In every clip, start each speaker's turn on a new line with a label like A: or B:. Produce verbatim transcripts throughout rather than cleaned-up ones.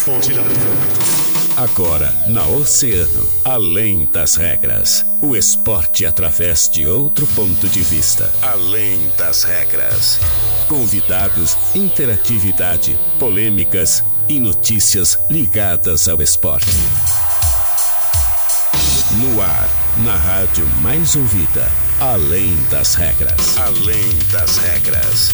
A: Agora, na Oceano, além das regras. O esporte através de outro ponto de vista. Além das regras. Convidados, interatividade, polêmicas e notícias ligadas ao esporte. No ar, na rádio mais ouvida. Além das regras. Além das regras.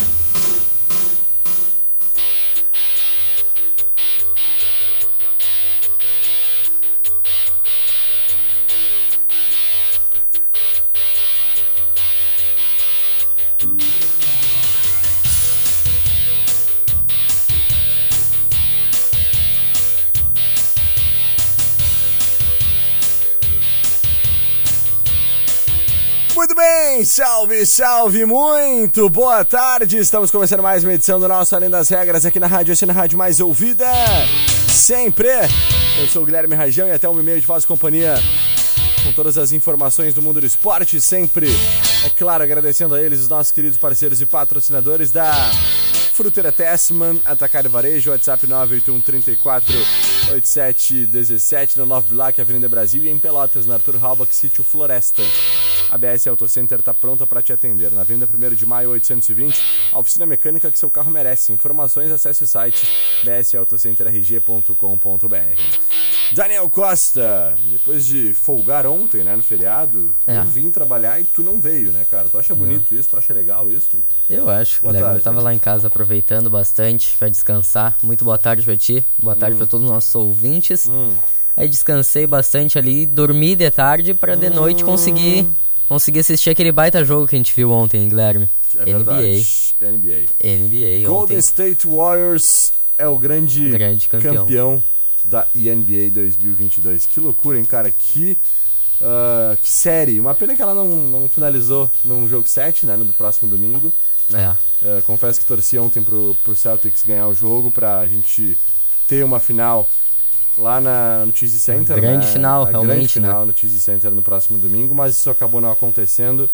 B: Muito bem, salve, salve, muito boa tarde, estamos começando mais uma edição do nosso Além das Regras aqui na Rádio, essa é a rádio mais ouvida, sempre. Eu sou o Guilherme Rajão e até uma e meia de faço companhia com todas as informações do mundo do esporte, sempre, é claro, agradecendo a eles, os nossos queridos parceiros e patrocinadores da Fruteira Tessman, Atacar e Varejo, WhatsApp nove oito um, três quatro, oito sete um sete, na Nova Bilac, Avenida Brasil, e em Pelotas, na Arthur Halbach, Sítio Floresta. A B S Auto Center está pronta para te atender. Na Avenida primeiro de maio, oitocentos e vinte, a oficina mecânica que seu carro merece. Informações, acesse o site b s autocenter r g ponto com ponto b r. Daniel Costa, depois de folgar ontem, né, no feriado, é. eu vim trabalhar e tu não veio, né, cara? Tu acha bonito não. isso? Tu acha legal isso?
C: Eu acho, Guilherme. Tarde, eu tava gente. lá em casa aproveitando bastante para descansar. Muito boa tarde pra ti, boa tarde hum. para todos os nossos ouvintes. Hum. Aí descansei bastante ali, dormi de tarde para de hum. noite conseguir... Consegui assistir aquele baita jogo que a gente viu ontem, Guilherme.
B: É verdade. N B A.
C: N B A.
B: Golden
C: ontem.
B: State Warriors é o grande,
C: grande campeão.
B: campeão da N B A dois mil e vinte e dois. Que loucura, hein, cara? Que, uh, que série. Uma pena que ela não, não finalizou num jogo sete, né? No próximo domingo.
C: É.
B: Uh, confesso que torci ontem pro, pro Celtics ganhar o jogo pra gente ter uma final lá na, no Chase Center,
C: a grande
B: né?
C: final,
B: a
C: realmente,
B: grande final
C: né?
B: no Chase Center no próximo domingo, mas isso acabou não acontecendo.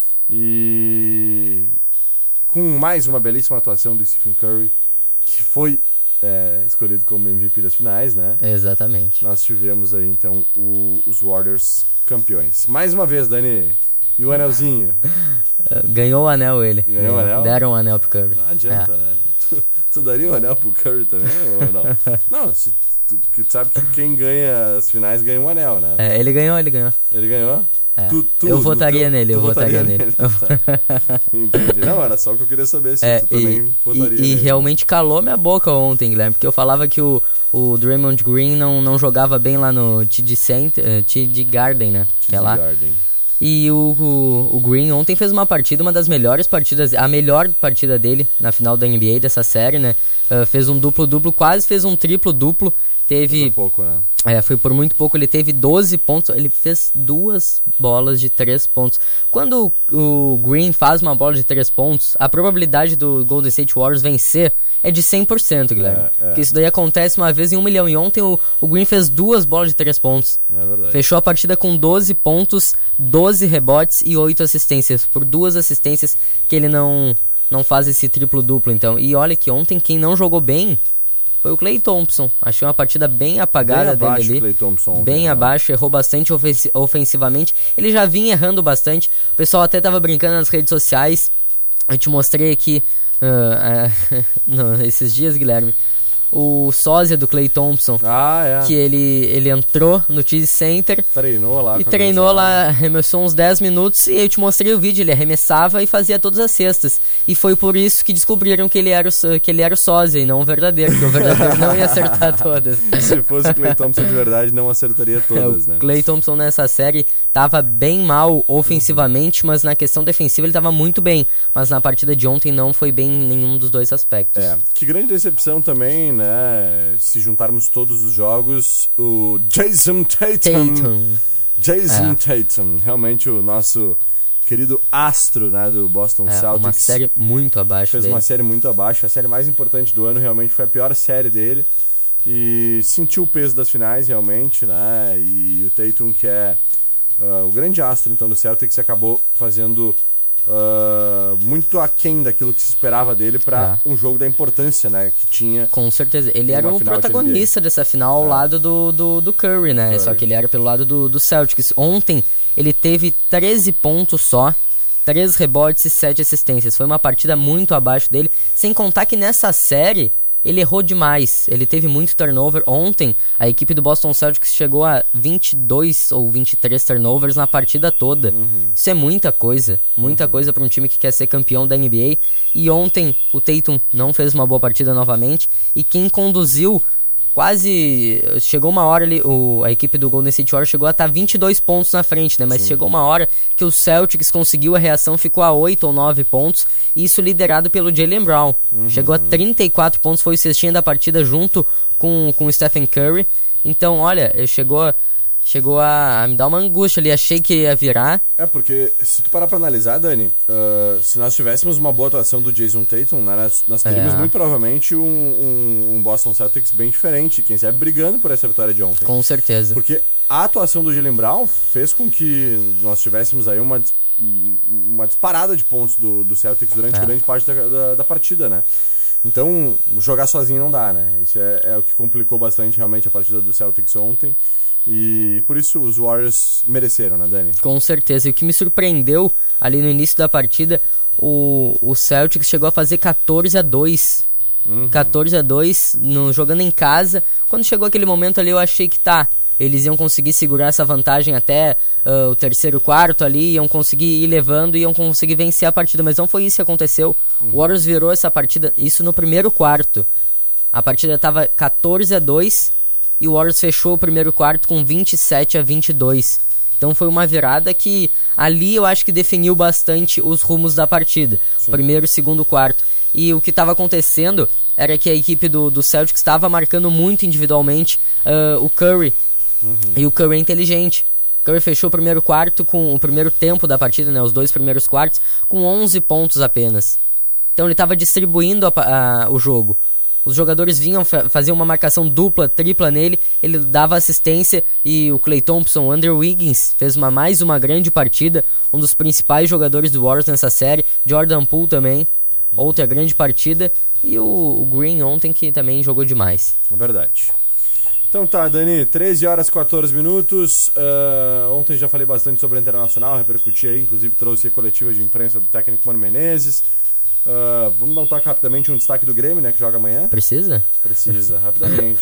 B: E com mais uma belíssima atuação do Stephen Curry, que foi é, escolhido como M V P das finais, né?
C: Exatamente.
B: Nós tivemos aí, então, o, os Warriors campeões. Mais uma vez, Dani. E o anelzinho?
C: Ganhou o anel ele.
B: Ganhou o anel?
C: Deram o anel pro Curry.
B: Não adianta, é. né? Tu, tu daria o anel pro Curry também ou não? Não, se... Tu, tu sabe que quem ganha as finais ganha um anel, né?
C: É, ele ganhou, ele ganhou.
B: Ele ganhou?
C: É.
B: Tu, tu,
C: eu votaria teu, nele, eu votaria,
B: votaria
C: nele. nele.
B: Tá. Entendi. Não, era só o que eu queria saber se
C: é,
B: tu
C: e,
B: também votaria
C: E,
B: nele.
C: e realmente calou minha boca ontem, Guilherme, porque eu falava que o, o Draymond Green não, não jogava bem lá no T D Center, T D Garden, né? Que é lá.
B: Garden.
C: E o, o, o Green ontem fez uma partida, uma das melhores partidas, a melhor partida dele na final da N B A dessa série, né? Uh, fez um duplo-duplo, quase fez um triplo-duplo. Teve...
B: Foi por pouco, né?
C: É, foi por muito pouco. Ele teve doze pontos. Ele fez duas bolas de três pontos. Quando o, o Green faz uma bola de três pontos, a probabilidade do Golden State Warriors vencer é de cem por cento, Guilherme. É, é. Porque isso daí acontece uma vez em um milhão. E ontem o, o Green fez duas bolas de três pontos.
B: É verdade.
C: Fechou a partida com doze pontos, doze rebotes e oito assistências. Por duas assistências que ele não, não faz esse triplo-duplo, então. E olha que ontem quem não jogou bem foi o Klay Thompson. Achei uma partida bem apagada
B: bem
C: dele ali.
B: Klay Thompson ontem,
C: bem
B: né?
C: abaixo, errou bastante ofensi- ofensivamente. Ele já vinha errando bastante. O pessoal até tava brincando nas redes sociais. Eu te mostrei aqui uh, uh, não, esses dias, Guilherme, o sósia do Klay Thompson.
B: Ah, é.
C: Que ele, ele entrou no Chase Center.
B: Treinou lá.
C: E treinou lá, arremessou uns dez minutos. E eu te mostrei o vídeo. Ele arremessava e fazia todas as cestas. E foi por isso que descobriram que ele era o, que ele era o sósia e não o verdadeiro. Que o verdadeiro não ia acertar todas.
B: Se fosse o Klay Thompson de verdade, não acertaria todas,
C: é,
B: né?
C: O Klay Thompson nessa série tava bem mal ofensivamente, uhum. mas na questão defensiva ele tava muito bem. Mas na partida de ontem não foi bem em nenhum dos dois aspectos.
B: É, que grande decepção também, né? Se juntarmos todos os jogos, o Jason Tatum,
C: Tatum.
B: Jason
C: é.
B: Tatum, realmente o nosso querido astro, né, do Boston
C: é,
B: Celtics.
C: Uma série muito abaixo
B: Fez
C: dele.
B: uma série muito abaixo, a série mais importante do ano, realmente foi a pior série dele. E sentiu o peso das finais, realmente, né? E o Tatum, que é uh, o grande astro, então, do Celtics, acabou fazendo uh, muito aquém daquilo que se esperava dele para é. um jogo da importância, né, que tinha.
C: Com certeza, ele era o protagonista de dessa final ao é. lado do, do, do Curry, né, Curry. Só que ele era pelo lado do, do Celtics. Ontem ele teve treze pontos só, três rebotes e sete assistências. Foi uma partida muito abaixo dele, sem contar que nessa série ele errou demais. Ele teve muito turnover. Ontem a equipe do Boston Celtics chegou a vinte e dois ou vinte e três turnovers na partida toda. Uhum. Isso é muita coisa, muita uhum. coisa para um time que quer ser campeão da N B A. E ontem o Tatum não fez uma boa partida novamente, e quem conduziu quase... Chegou uma hora ali, o, a equipe do Golden State Warriors chegou a estar vinte e dois pontos na frente, né? Mas Sim. chegou uma hora que o Celtics conseguiu a reação, ficou a oito ou nove pontos, e isso liderado pelo Jaylen Brown. Uhum. Chegou a trinta e quatro pontos, foi o cestinha da partida junto com, com o Stephen Curry. Então, olha, chegou... Chegou a, a me dar uma angústia ali, achei que ia virar.
B: É, porque se tu parar pra analisar, Dani, uh, se nós tivéssemos uma boa atuação do Jason Tatum, né, nós, nós teríamos é. muito provavelmente um, um, um Boston Celtics bem diferente, quem sabe brigando por essa vitória de ontem.
C: Com certeza.
B: Porque a atuação do Jaylen Brown fez com que nós tivéssemos aí uma, uma disparada de pontos do, do Celtics durante é. grande parte da, da, da partida, né? Então, jogar sozinho não dá, né? Isso é, é o que complicou bastante realmente a partida do Celtics ontem. E por isso os Warriors mereceram, né, Dani?
C: Com certeza. E o que me surpreendeu ali no início da partida, o, o Celtics chegou a fazer catorze a dois. Uhum. catorze a dois no, jogando em casa. Quando chegou aquele momento ali, eu achei que tá, eles iam conseguir segurar essa vantagem até uh, o terceiro quarto ali, iam conseguir ir levando e iam conseguir vencer a partida. Mas não foi isso que aconteceu. Uhum. O Warriors virou essa partida, isso no primeiro quarto. A partida tava catorze a dois. E o Warriors fechou o primeiro quarto com vinte e sete a vinte e dois. Então foi uma virada que ali eu acho que definiu bastante os rumos da partida. Sim. Primeiro e segundo quarto. E o que estava acontecendo era que a equipe do, do Celtics estava marcando muito individualmente uh, o Curry. Uhum. E o Curry é inteligente. O Curry fechou o primeiro quarto, com o primeiro tempo da partida, né, os dois primeiros quartos, com onze pontos apenas. Então ele estava distribuindo a, a, o jogo. Os jogadores vinham fa- fazer uma marcação dupla, tripla nele, ele dava assistência, e o Klay Thompson, o Andrew Wiggins, fez uma, mais uma grande partida, um dos principais jogadores do Warriors nessa série. Jordan Poole também, outra grande partida, e o, o Green ontem, que também jogou demais.
B: É verdade. Então tá, Dani, treze horas e quatorze minutos, uh, ontem já falei bastante sobre a Internacional, repercuti aí, inclusive trouxe a coletiva de imprensa do técnico Mano Menezes. Uh, vamos dar um toque rapidamente, um destaque do Grêmio, né, que joga amanhã.
C: Precisa?
B: Precisa, rapidamente.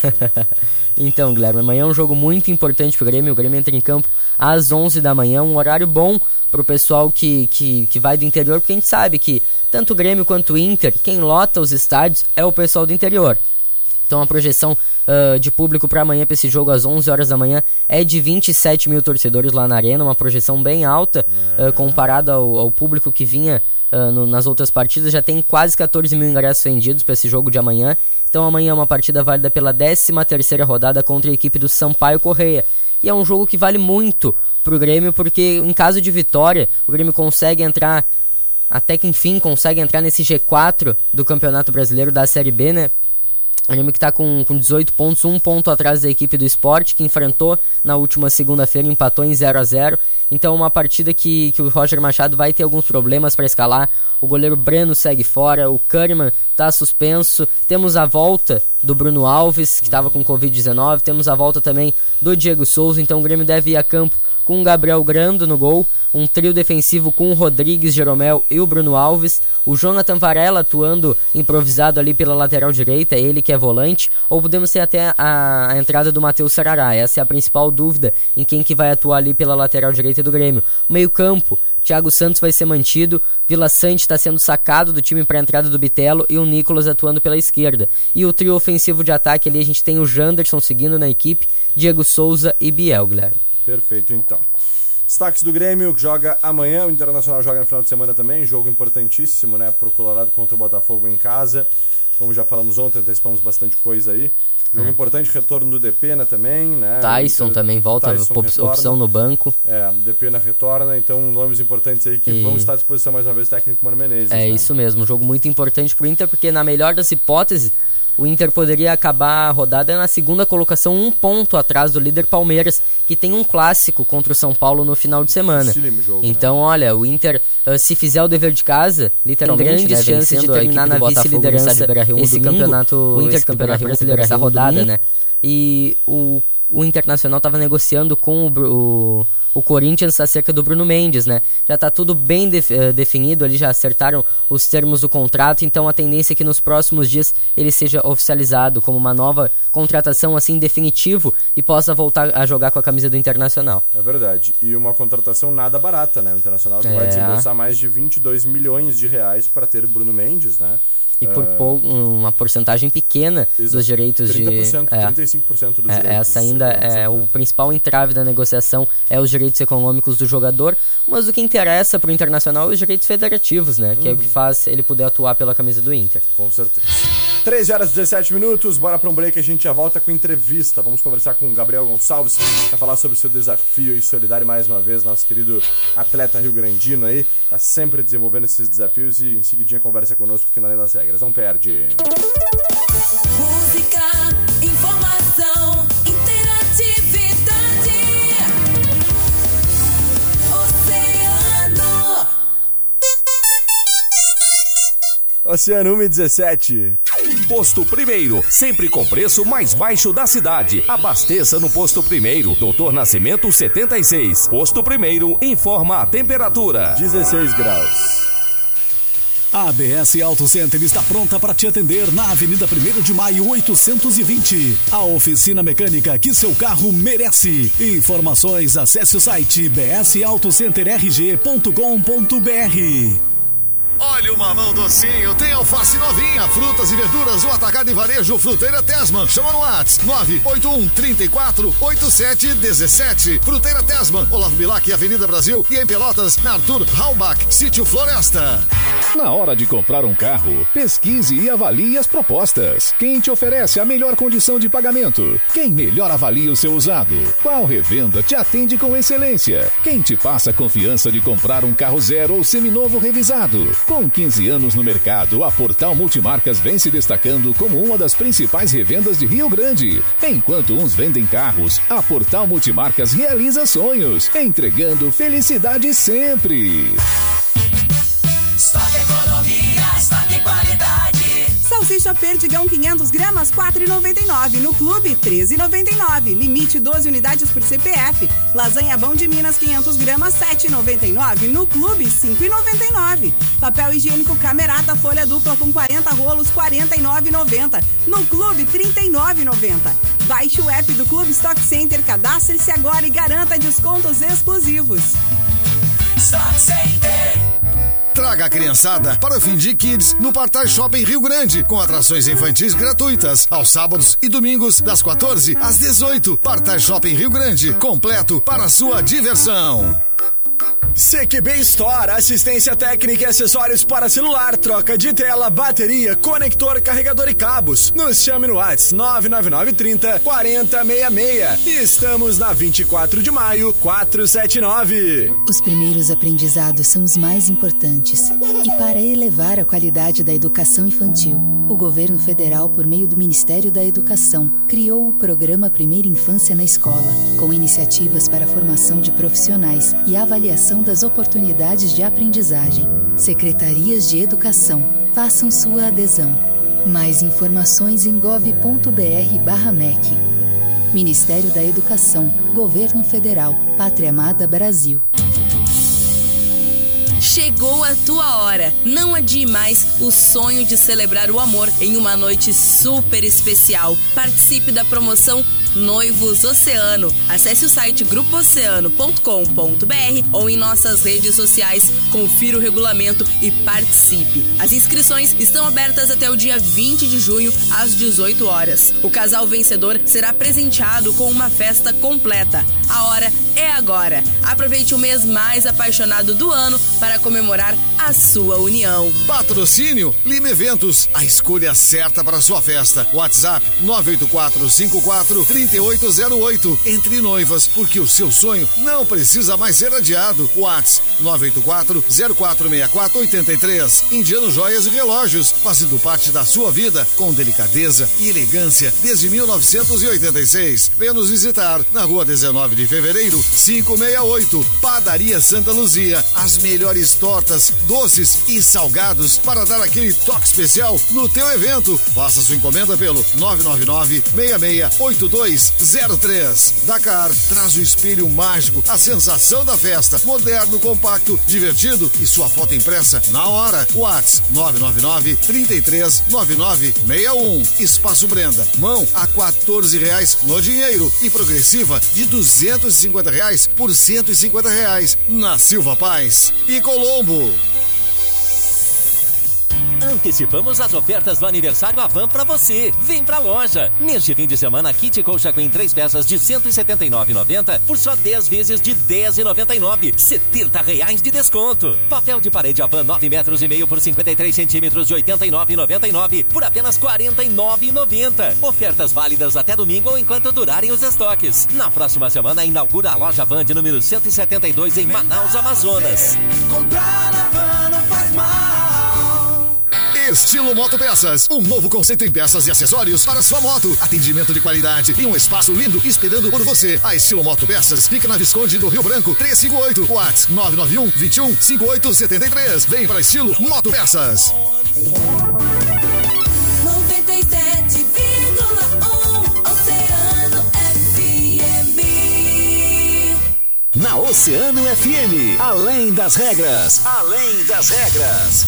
C: Então, Guilherme, amanhã é um jogo muito importante pro Grêmio. O Grêmio entra em campo às onze da manhã, um horário bom pro pessoal que, que, que vai do interior, porque a gente sabe que tanto o Grêmio quanto o Inter, quem lota os estádios é o pessoal do interior. Então a projeção uh, de público para amanhã, para esse jogo às onze horas da manhã, é de vinte e sete mil torcedores lá na Arena, uma projeção bem alta, é. uh, comparada ao, ao público que vinha Uh, no, nas outras partidas. Já tem quase catorze mil ingressos vendidos para esse jogo de amanhã. Então amanhã é uma partida válida pela décima terceira rodada contra a equipe do Sampaio Corrêa. E é um jogo que vale muito pro Grêmio, porque em caso de vitória, o Grêmio consegue entrar, até que enfim, consegue entrar nesse G quatro do Campeonato Brasileiro da Série B, né? O Grêmio que está com, com dezoito pontos, um ponto atrás da equipe do Sport, que enfrentou na última segunda-feira, empatou em zero a zero. Então uma partida que, que o Roger Machado vai ter alguns problemas para escalar. O goleiro Breno segue fora, o Kahneman está suspenso. Temos a volta do Bruno Alves, que estava com covid dezenove. Temos a volta também do Diego Souza. Então o Grêmio deve ir a campo com o Gabriel Grando no gol, um trio defensivo com o Rodrigues, Jeromel e o Bruno Alves, o Jonathan Varela atuando improvisado ali pela lateral direita, ele que é volante, ou podemos ter até a, a entrada do Matheus Sarará. Essa é a principal dúvida em quem que vai atuar ali pela lateral direita do Grêmio. O meio campo, Thiago Santos vai ser mantido, Vila Sante está sendo sacado do time para a entrada do Bitelo e o Nicolas atuando pela esquerda. E o trio ofensivo de ataque ali, a gente tem o Janderson seguindo na equipe, Diego Souza e Biel, Guilherme.
B: Perfeito, então. Destaques do Grêmio, que joga amanhã, o Internacional joga no final de semana também, jogo importantíssimo, né, pro Colorado contra o Botafogo em casa. Como já falamos ontem, antecipamos bastante coisa aí. Jogo é. importante, retorno do Depena também, né?
C: Tyson Inter... também volta, Tyson op- opção no banco.
B: É, Depena retorna, então nomes importantes aí que e... vão estar à disposição mais uma vez, técnico Mano Menezes.
C: É, né? Isso mesmo, um jogo muito importante pro Inter, porque na melhor das hipóteses, o Inter poderia acabar a rodada na segunda colocação, um ponto atrás do líder Palmeiras, que tem um clássico contra o São Paulo no final de semana.
B: Jogo,
C: então,
B: né?
C: olha, o Inter, uh, se fizer o dever de casa, literalmente, tem grandes né, chances de terminar na vice-liderança esse domingo, campeonato, o Inter campeonato brasileiro essa rodada, né? E o, o Internacional estava negociando com o, o, o Corinthians acerca do Bruno Mendes, né? Já está tudo bem def, uh, definido, ali já acertaram os termos do contrato, então a tendência é que nos próximos dias ele seja oficializado como uma nova contratação, assim, definitivo, e possa voltar a jogar com a camisa do Internacional.
B: É verdade, e uma contratação nada barata, né? O Internacional que
C: é.
B: vai desembolsar mais de vinte e dois milhões de reais para ter Bruno Mendes, né?
C: E por uh, pou, uma porcentagem pequena exato. dos direitos
B: trinta por cento,
C: de... É,
B: trinta e cinco por cento dos
C: é,
B: direitos.
C: Essa ainda é o principal entrave da negociação, é os direitos econômicos do jogador, mas o que interessa para o Internacional é os direitos federativos, né? Que uhum. é o que faz ele poder atuar pela camisa do Inter.
B: Com certeza. treze horas e dezessete minutos, bora para um break, a gente já volta com entrevista. Vamos conversar com o Gabriel Gonçalves, vai falar sobre o seu desafio e solidário mais uma vez, nosso querido atleta rio-grandino aí, tá sempre desenvolvendo esses desafios e em seguidinha conversa conosco aqui na Além das Regras. Não perde.
D: Música, informação, interatividade. Oceano.
B: Oceano um e dezessete.
E: Posto Primeiro, sempre com preço mais baixo da cidade. Abasteça no Posto Primeiro, Doutor Nascimento setenta e seis. Posto Primeiro informa a temperatura.
B: dezesseis graus.
F: A A B S Auto Center está pronta para te atender na Avenida primeiro de Maio oitocentos e vinte. A oficina mecânica que seu carro merece. Informações, acesse o site b s auto center r g ponto com ponto b r.
G: Olha o mamão docinho, tem alface novinha, frutas e verduras, o atacado e varejo Fruteira Tesman. Chama no WhatsApp nove oito um, três quatro, oito sete um sete. Fruteira Tesman, Olavo Bilac, Avenida Brasil, e em Pelotas, na Arthur Halbach, Sítio Floresta.
H: Na hora de comprar um carro, pesquise e avalie as propostas. Quem te oferece a melhor condição de pagamento? Quem melhor avalia o seu usado? Qual revenda te atende com excelência? Quem te passa a confiança de comprar um carro zero ou seminovo revisado? Com quinze anos no mercado, a Portal Multimarcas vem se destacando como uma das principais revendas de Rio Grande. Enquanto uns vendem carros, a Portal Multimarcas realiza sonhos, entregando felicidade sempre.
D: Estoque economia, estoque qualidade.
I: Salsicha Perdigão quinhentas gramas, quatro reais e noventa e nove. No Clube, treze reais e noventa e nove. Limite doze unidades por C P F. Lasanha Bom de Minas, quinhentas gramas, sete reais e noventa e nove. No Clube, cinco reais e noventa e nove. Papel higiênico Camerata, folha dupla com quarenta rolos, quarenta e nove reais e noventa. No Clube, trinta e nove reais e noventa. Baixe o app do Clube Stock Center, cadastre-se agora e garanta descontos exclusivos.
D: Stock Center.
G: Traga a criançada para o Fim de Kids no Partai Shopping Rio Grande, com atrações infantis gratuitas, aos sábados e domingos, das quatorze às dezoito. Partai Shopping Rio Grande, completo para a sua diversão.
B: C Q B Store, assistência técnica e acessórios para celular, troca de tela, bateria, conector, carregador e cabos. Nos chame no WhatsApp nove nove nove, trinta, quarenta, sessenta e seis. Estamos na vinte e quatro de maio, quatrocentos e setenta e nove.
J: Os primeiros aprendizados são os mais importantes. E para elevar a qualidade da educação infantil, o governo federal, por meio do Ministério da Educação, criou o programa Primeira Infância na Escola, com iniciativas para a formação de profissionais e avaliação das oportunidades de aprendizagem. Secretarias de Educação, façam sua adesão. Mais informações em gov ponto br barra M E C. Ministério da Educação, Governo Federal, Pátria Amada Brasil.
K: Chegou a tua hora. Não adie mais o sonho de celebrar o amor em uma noite super especial. Participe da promoção Noivos Oceano. Acesse o site grupo oceano ponto com ponto b r ou em nossas redes sociais. Confira o regulamento e participe. As inscrições estão abertas até o dia vinte de junho, às dezoito horas. O casal vencedor será presenteado com uma festa completa. A hora é agora. Aproveite o mês mais apaixonado do ano para comemorar a sua união.
G: Patrocínio Lima Eventos, a escolha certa para a sua festa. WhatsApp nove oito quatro, cinco quatro, três trinta e oito zero oito. Entre noivas, porque o seu sonho não precisa mais ser adiado. WhatsApp nove oito quatro, zero quatro seis quatro oito três. Indiano Joias e Relógios, fazendo parte da sua vida com delicadeza e elegância desde mil novecentos e oitenta e seis. Venha nos visitar na rua dezenove de fevereiro, quinhentos e sessenta e oito. Padaria Santa Luzia. As melhores tortas, doces e salgados para dar aquele toque especial no teu evento. Faça sua encomenda pelo nove nove nove, seis seis oito dois zero três. Dakar traz o espelho mágico, a sensação da festa. Moderno, compacto, divertido e sua foto impressa na hora. WhatsApp nove nove nove, trinta e três, noventa e nove sessenta e um. Espaço Brenda. Mão a quatorze reais no dinheiro e progressiva de duzentos e cinquenta reais por cento e cinquenta reais na Silva Paz e Colombo.
E: Antecipamos as ofertas do aniversário Avan pra você. Vem pra loja. Neste fim de semana, kit colcha queen três peças de cento e setenta e nove reais e noventa centavos por só dez vezes de dez reais e noventa e nove centavos. setenta reais de desconto. Papel de parede Avan nove metros e meio por cinquenta e três centímetros de oitenta e nove reais e noventa e nove centavos por apenas quarenta e nove reais e noventa centavos. Ofertas válidas até domingo ou enquanto durarem os estoques. Na próxima semana, inaugura a loja Avan de número cento e setenta e dois em Manaus, Amazonas.
D: Comprar na Van não faz mal.
G: Estilo Moto Peças, um novo conceito em peças e acessórios para sua moto. Atendimento de qualidade e um espaço lindo esperando por você. A Estilo Moto Peças fica na Visconde do Rio Branco, trezentos e cinquenta e oito. WhatsApp nove nove um, vinte e um, cinquenta e oito setenta e três. Vem para Estilo Moto Peças.
D: noventa e sete vírgula um Oceano F M.
A: Na Oceano F M, além das regras, além das regras.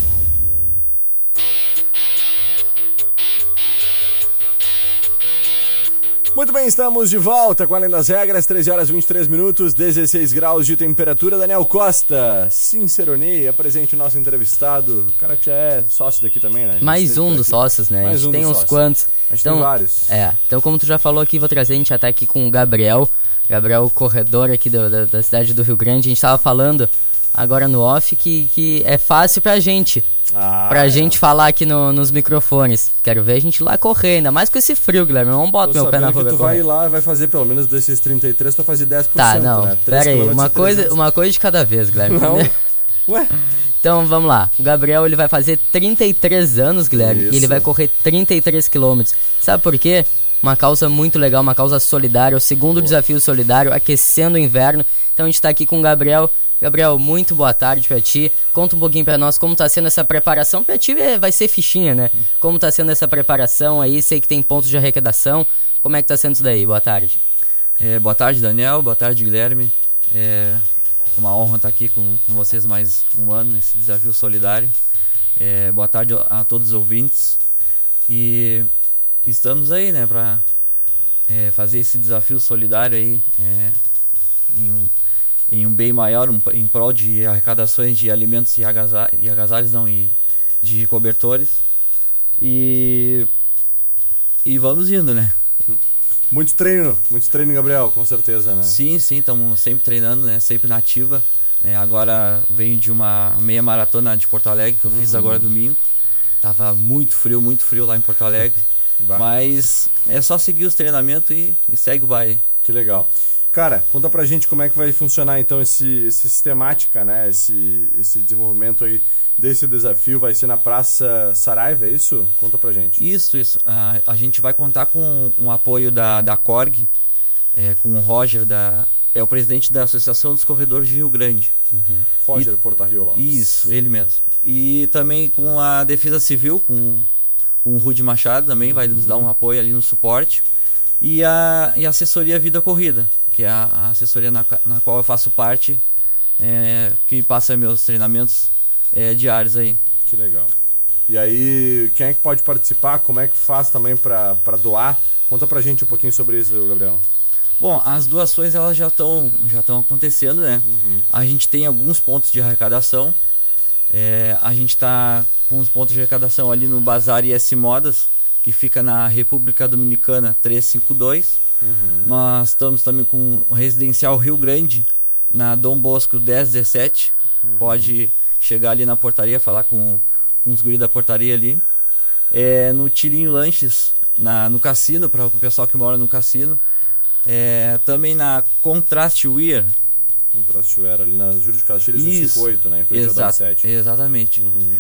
B: Muito bem, estamos de volta com Além das Regras, treze horas e vinte e três minutos, dezesseis graus de temperatura. Daniel Costa, Sinceroni, apresente o nosso entrevistado, o cara que já é sócio daqui também, né?
C: Mais um dos sócios, né?
B: Mais
C: a gente
B: um
C: tem
B: dos
C: uns
B: sócios.
C: quantos.
B: A gente
C: então,
B: tem vários.
C: É, então como tu já falou aqui, vou trazer, a gente já tá aqui com o Gabriel, Gabriel, corredor aqui do, da, da cidade do Rio Grande. A gente tava falando agora no off que, que é fácil pra gente.
B: Ah,
C: pra
B: é.
C: gente falar aqui no, nos microfones. Quero ver a gente lá correr, ainda mais com esse frio, Guilherme. Não boto meu pé na rua.
B: Tu vai ir lá, vai fazer pelo menos desses trinta e três, tu vai fazer dez por cento,
C: Tá, não,
B: né?
C: pera aí, uma coisa, uma coisa de cada vez, Guilherme.
B: Não? Ué?
C: Então vamos lá, o Gabriel ele vai fazer trinta e três anos, Guilherme,
B: Isso.
C: e ele vai correr trinta e três quilômetros. Sabe por quê? Uma causa muito legal, uma causa solidária, o segundo Boa. desafio solidário, aquecendo o inverno. Então a gente tá aqui com o Gabriel. Gabriel, muito boa tarde pra ti. Conta um pouquinho pra nós como tá sendo essa preparação. Pra ti vai ser fichinha, né? Como tá sendo essa preparação aí, sei que tem pontos de arrecadação. Como é que tá sendo isso daí? Boa tarde.
L: É, boa tarde, Daniel. Boa tarde, Guilherme. É uma honra estar aqui com, com vocês mais um ano nesse desafio solidário. É, boa tarde a todos os ouvintes. E estamos aí, né, pra é, fazer esse desafio solidário aí é, em um em um bem maior, um, em prol de arrecadações de alimentos e, agasalhos, e agasalhos, não, e de cobertores. E, e vamos indo, né?
B: Muito treino, muito treino, Gabriel, com certeza, né?
L: Sim, sim, estamos sempre treinando, né? Sempre na ativa. É, agora venho de uma meia maratona de Porto Alegre, que eu fiz uhum. agora domingo. Tava muito frio, muito frio lá em Porto Alegre. Mas é só seguir os treinamentos e, e segue o baile.
B: Que legal. Cara, conta pra gente como é que vai funcionar então esse, esse sistemática, né? Esse, esse desenvolvimento aí desse desafio. Vai ser na Praça Saraiva, é isso? Conta pra gente.
L: Isso, isso. A, a gente vai contar com um apoio da, da Corg, é, com o Roger, da, é o presidente da Associação dos Corredores de Rio Grande.
B: Uhum. Roger Portarrio Lopes.
L: Isso, ele mesmo. E também com a Defesa Civil, com, com o Rudy Machado também, uhum. vai nos dar um apoio ali no suporte. E a, e a assessoria Vida Corrida, que é a, a assessoria na, na qual eu faço parte, é, que passa meus treinamentos é, diários aí.
B: Que legal. E aí, quem é que pode participar? Como é que faz também para doar? Conta pra gente um pouquinho sobre isso, Gabriel.
L: Bom, as doações elas já estão já estão acontecendo, né? Uhum. A gente tem alguns pontos de arrecadação. É, a gente está com os pontos de arrecadação ali no Bazar I S Modas, que fica na República Dominicana trezentos e cinquenta e dois. Uhum. Nós estamos também com o Residencial Rio Grande, na Dom Bosco dez dezessete. Uhum. Pode chegar ali na portaria, falar com, com os guris da portaria ali. É, no Tirinho Lanches, na, no cassino, para o pessoal que mora no cassino. É, também na Contrast Wear.
B: Contrast Wear, ali na Júlio de Castilhos, no
L: Isso,
B: cinquenta e oito, né? Em frente ao
L: exa-
B: Dom sete.
L: exatamente.
B: Uhum.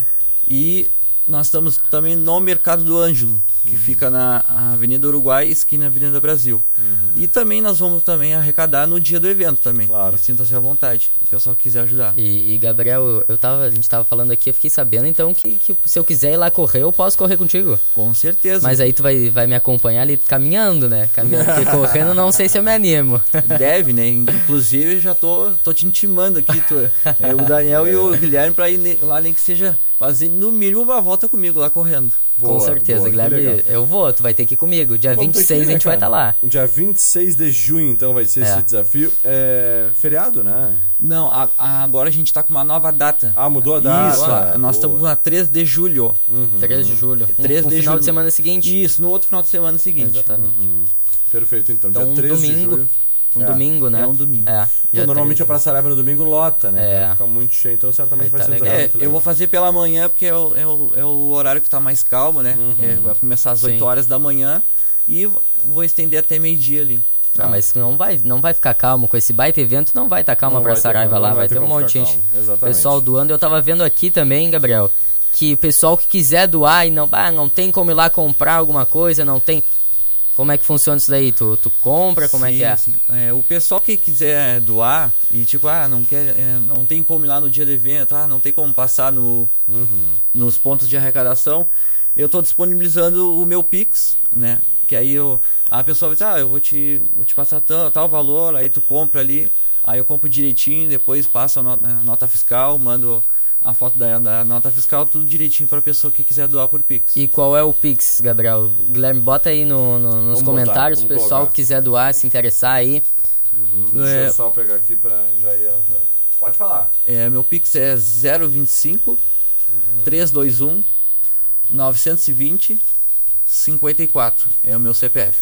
L: E nós estamos também no Mercado do Ângelo, que
B: Uhum.
L: fica na Avenida Uruguai, esquina Avenida Brasil.
B: Uhum.
L: E também nós vamos também arrecadar no dia do evento também.
B: Claro.
L: Sinta-se à vontade, o pessoal que quiser ajudar.
C: E, e, Gabriel, eu, eu tava, a gente tava falando aqui, eu fiquei sabendo então que, que se eu quiser ir lá correr, eu posso correr contigo.
L: Com certeza.
C: Mas aí tu vai, vai me acompanhar ali caminhando, né? Caminhando, porque correndo não sei se eu me animo.
L: Deve, né? Inclusive já tô, tô te intimando aqui, tu, é, o Daniel e o Guilherme, pra ir ne- lá, nem que seja fazer no mínimo uma volta comigo lá correndo.
B: Boa,
C: Com certeza,
B: boa, que
C: Guilherme,
B: legal.
C: eu vou, tu vai ter que ir comigo. Dia
B: Vamos
C: vinte
B: ter
C: e seis
B: que ir, né,
C: a gente vai estar
B: cara?
C: lá.
B: O dia vinte e seis de junho, então, vai ser
C: É.
B: esse desafio. É feriado, né?
L: Não, a- a- agora a gente tá com uma nova data.
B: Ah, mudou a data.
L: Isso,
B: Boa.
L: nós estamos na três de julho.
B: Uhum.
C: três de julho.
L: três
C: no
L: de
C: final
L: julho.
C: de semana seguinte.
L: Isso, no outro final de semana seguinte.
C: Exatamente.
B: Uhum. Perfeito, então.
C: Então,
B: dia
C: um
B: três de
C: domingo.
B: julho.
C: Um
B: É.
C: domingo, né?
L: É um domingo.
C: É.
B: Pô,
C: dia
B: normalmente
C: três.
B: a Praça Araiva no domingo lota, né?
C: É.
B: Vai ficar muito cheio, então certamente
C: Aí
B: vai
C: tá
B: ser um
C: legal.
B: desafio
L: É,
B: muito
L: eu
B: legal.
L: vou fazer pela manhã porque é o, é o, é o horário que tá mais calmo, né?
B: Uhum.
L: É, vai começar às
C: Sim.
L: oito horas da manhã e v- vou estender até meio-dia ali.
C: Não, mas não vai, não vai ficar calmo com esse baita evento, não vai estar calma
B: Não
C: pra
B: vai ter
C: Saraiva
B: como,
C: lá,
B: não
C: vai
B: vai ter
C: ter um
B: como
C: monte de
B: ficar
C: gente.
B: calmo, exatamente.
C: Pessoal doando, eu tava vendo aqui também, Gabriel, que o pessoal que quiser doar e não, ah, não tem como ir lá comprar alguma coisa, não tem. Como é que funciona isso daí? Tu, tu compra, como é
L: Sim,
C: que é?
L: sim. É, o pessoal que quiser doar e tipo, ah, não quer, é, não tem como ir lá no dia do evento, ah, não tem como passar no,
B: Uhum.
L: nos pontos de arrecadação, eu tô disponibilizando o meu Pix, né? Que aí eu, a pessoa vai dizer, ah, eu vou te, vou te passar tal, tal valor, aí tu compra ali, aí eu compro direitinho, depois passo a no- a nota fiscal, mando a foto da, da nota fiscal, tudo direitinho pra pessoa que quiser doar por Pix.
C: E qual é o Pix, Gabriel? Guilherme, bota aí no, no- nos
B: Vamos
C: comentários, o
B: botar, vamos
C: pessoal
B: colocar.
C: que quiser doar, se interessar aí.
B: Uhum. Deixa
L: É.
B: eu só pegar aqui pra já ir anotando. Pode falar.
L: É, meu Pix é zero vinte e cinco, trezentos e vinte e um, novecentos e vinte, cinquenta e quatro. É o meu C P F.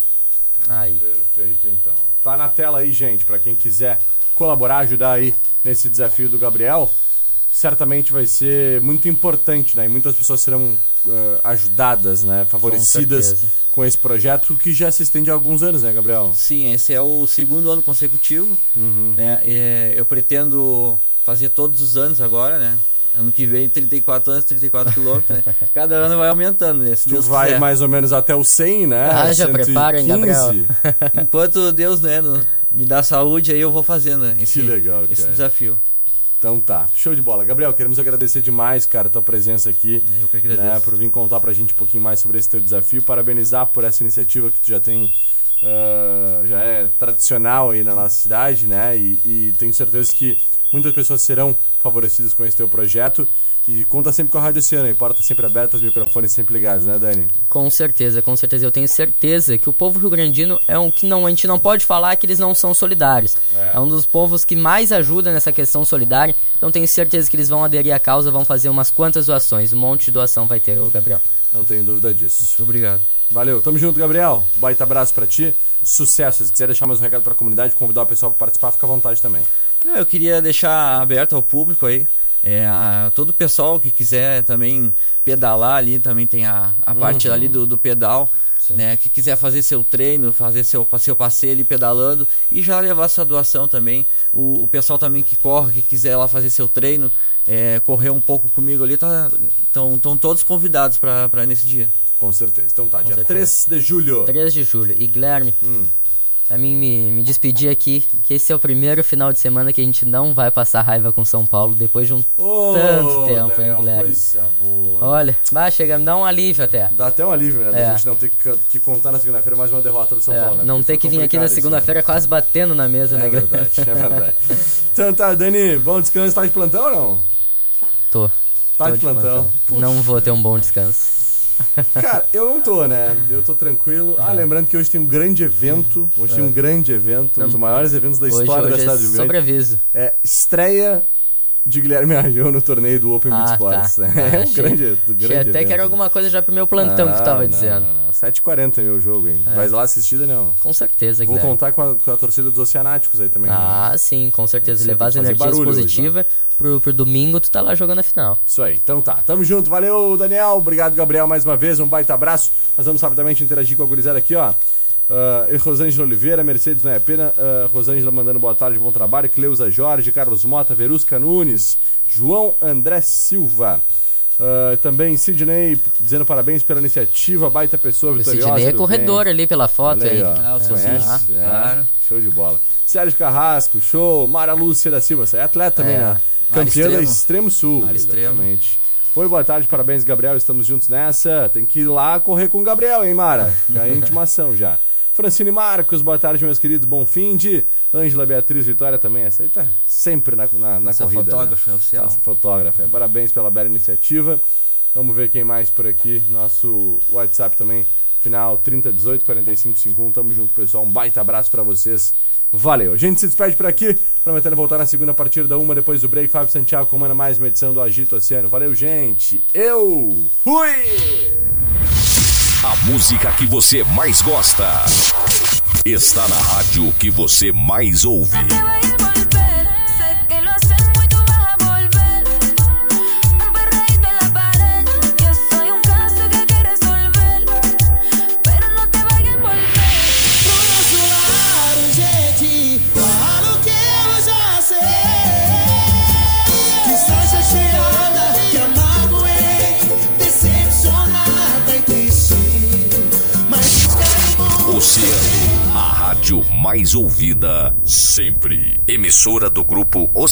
C: Aí.
B: Perfeito, então. Tá na tela aí, gente, pra quem quiser colaborar, ajudar aí nesse desafio do Gabriel. Certamente vai ser muito importante, né? E muitas pessoas serão eh, ajudadas, né? Favorecidas
C: certeza.
B: com esse projeto que já se estende há alguns anos, né, Gabriel?
L: Sim, esse é o segundo ano consecutivo.
B: Uhum.
L: Né? É, eu pretendo fazer todos os anos agora, né? Ano que vem, trinta e quatro anos, trinta e quatro quilômetros, né? Cada ano vai aumentando, né? Se
B: Tu
L: Deus
B: vai
L: quiser.
B: mais ou menos até o cem, né?
C: Ah, já
B: cento e
C: prepara, hein, Gabriel?
B: quinze.
L: Enquanto Deus, né, no- me dá saúde, aí eu vou fazendo né, esse,
B: Que legal,
L: esse
B: cara.
L: desafio.
B: Então tá, show de bola. Gabriel, queremos agradecer demais, cara, a tua presença aqui.
L: Eu que
B: Né,
L: agradeço.
B: por vir contar pra gente um pouquinho mais sobre esse teu desafio. Parabenizar por essa iniciativa que tu já tem, ah, já é tradicional aí na nossa cidade, né? E, e tenho certeza que muitas pessoas serão favorecidas com esse teu projeto. E conta sempre com a Rádio Oceano, aí, porta sempre aberta, os microfones sempre ligados, né, Dani?
C: Com certeza, com certeza. Eu tenho certeza que o povo rio-grandino é um que não, a gente não pode falar que eles não são solidários.
B: É.
C: É, um dos povos que mais ajuda nessa questão solidária. Então tenho certeza que eles vão aderir à causa, vão fazer umas quantas doações. Um monte de doação vai ter, ô Gabriel.
B: Não tenho dúvida disso.
L: Muito obrigado.
B: Valeu, tamo junto, Gabriel. Baita abraço pra ti. Sucesso. Se quiser deixar mais um recado pra comunidade, convidar o pessoal pra participar, fica à vontade também.
L: É, Eu queria deixar aberto ao público aí. É, a- todo o pessoal que quiser também pedalar ali, também tem a, a parte
B: Uhum.
L: ali do, do pedal, né? Que quiser fazer seu treino, fazer seu, seu passeio ali pedalando e já levar sua doação também. O, o pessoal também que corre, que quiser lá fazer seu treino, é, correr um pouco comigo ali, estão tá, todos convidados para nesse dia.
B: Com certeza. Então tá,
C: Com
B: dia
C: certeza.
B: três de julho.
C: três de julho. E Guilherme,
B: Hum.
C: pra mim me, me despedir aqui, que esse é o primeiro final de semana que a gente não vai passar raiva com São Paulo, depois de um
B: Ô,
C: tanto tempo,
B: Daniel,
C: hein, Guilherme?
B: coisa boa.
C: Olha, vai, chega, me dá um alívio até.
B: Dá até um alívio, né? Da
C: É.
B: gente não ter que, que contar na segunda-feira mais uma derrota do São
C: É,
B: Paulo, né?
C: não
B: Porque
C: ter que
B: foi
C: vir aqui na
B: complicado isso,
C: segunda-feira quase batendo na mesa,
B: né?
C: né,
B: É
C: Guilherme?
B: verdade, é verdade. Então tá, Dani, bom descanso. Tá de plantão ou não?
C: Tô.
B: Tá
C: tô
B: de plantão. Puxa.
C: Não vou ter um bom descanso.
B: Cara, eu não tô, né? Eu tô tranquilo. Ah, lembrando que hoje tem um grande evento. Hoje tem um grande evento, um dos maiores eventos da
C: Hoje,
B: história
C: hoje
B: da cidade
C: é
B: do Rio Grande.
C: sobreaviso.
B: É estreia de Guilherme Arjão no torneio do Open Beat
C: Ah,
B: Sports.
C: tá.
B: É
C: Ah,
B: um
C: achei-
B: grande,
C: achei
B: grande
C: até
B: evento.
C: que era alguma coisa já pro meu plantão que tu tava
B: Não,
C: dizendo.
B: Não, não. sete e quarenta é meu jogo, hein?
C: É.
B: Vai lá assistir, Daniel?
C: Com certeza,
B: Vou
C: Guilherme.
B: contar com a, com a torcida dos Oceanáticos aí também.
C: Ah,
B: né?
C: sim, com certeza.
B: Você
C: Levar
B: tem
C: as
B: que fazer
C: energias
B: barulho hoje,
C: positivas pro, pro domingo, tu tá lá jogando a final.
B: Isso aí, então tá. Tamo junto, valeu, Daniel. Obrigado, Gabriel, mais uma vez. Um baita abraço. Nós vamos rapidamente interagir com a gurizada aqui, ó. Uh, Rosângela Oliveira, Mercedes não é pena, uh, Rosângela mandando boa tarde, bom trabalho, Cleusa Jorge, Carlos Mota, Verusca Nunes, João André Silva, uh, também Sidney dizendo parabéns pela iniciativa, baita pessoa,
C: O
B: vitoriosa.
C: Sidney é
B: do
C: corredor
B: bem.
C: ali pela foto,
B: Olha aí,
C: hein?
B: ó.
L: Ah,
B: Você
L: eu
B: conhece?
L: conheço.
B: É,
L: Claro.
B: Show de bola. Sérgio Carrasco, show. Mara Lúcia da Silva, você é atleta também,
C: É.
B: né?
L: Mara
B: Campeã da
L: Extremo.
B: Extremo Sul.
L: Mara Extremo.
B: Exatamente. Oi, boa tarde, parabéns, Gabriel. Estamos juntos nessa. Tem que ir lá correr com o Gabriel, hein, Mara? Já é intimação já. Francine Marcos, boa tarde, meus queridos. Bom fim de. Ângela Beatriz Vitória também. Essa aí tá sempre na, na, na
L: Essa
B: corrida.
L: fotógrafa
B: né?
L: oficial.
B: Essa fotógrafa. Parabéns pela bela iniciativa. Vamos ver quem mais por aqui. Nosso WhatsApp também. Final trinta dezoito quarenta e cinco cinquenta e um. Tamo junto, pessoal. Um baita abraço pra vocês. Valeu. A gente se despede por aqui. Prometendo voltar na segunda a partir da uma, depois do break. Fábio Santiago comanda mais uma edição do Agito Oceano. Valeu, gente. Eu fui!
A: A música que você mais gosta está na rádio que você mais ouve. Oceano, a rádio mais ouvida sempre. Emissora do grupo Oceano.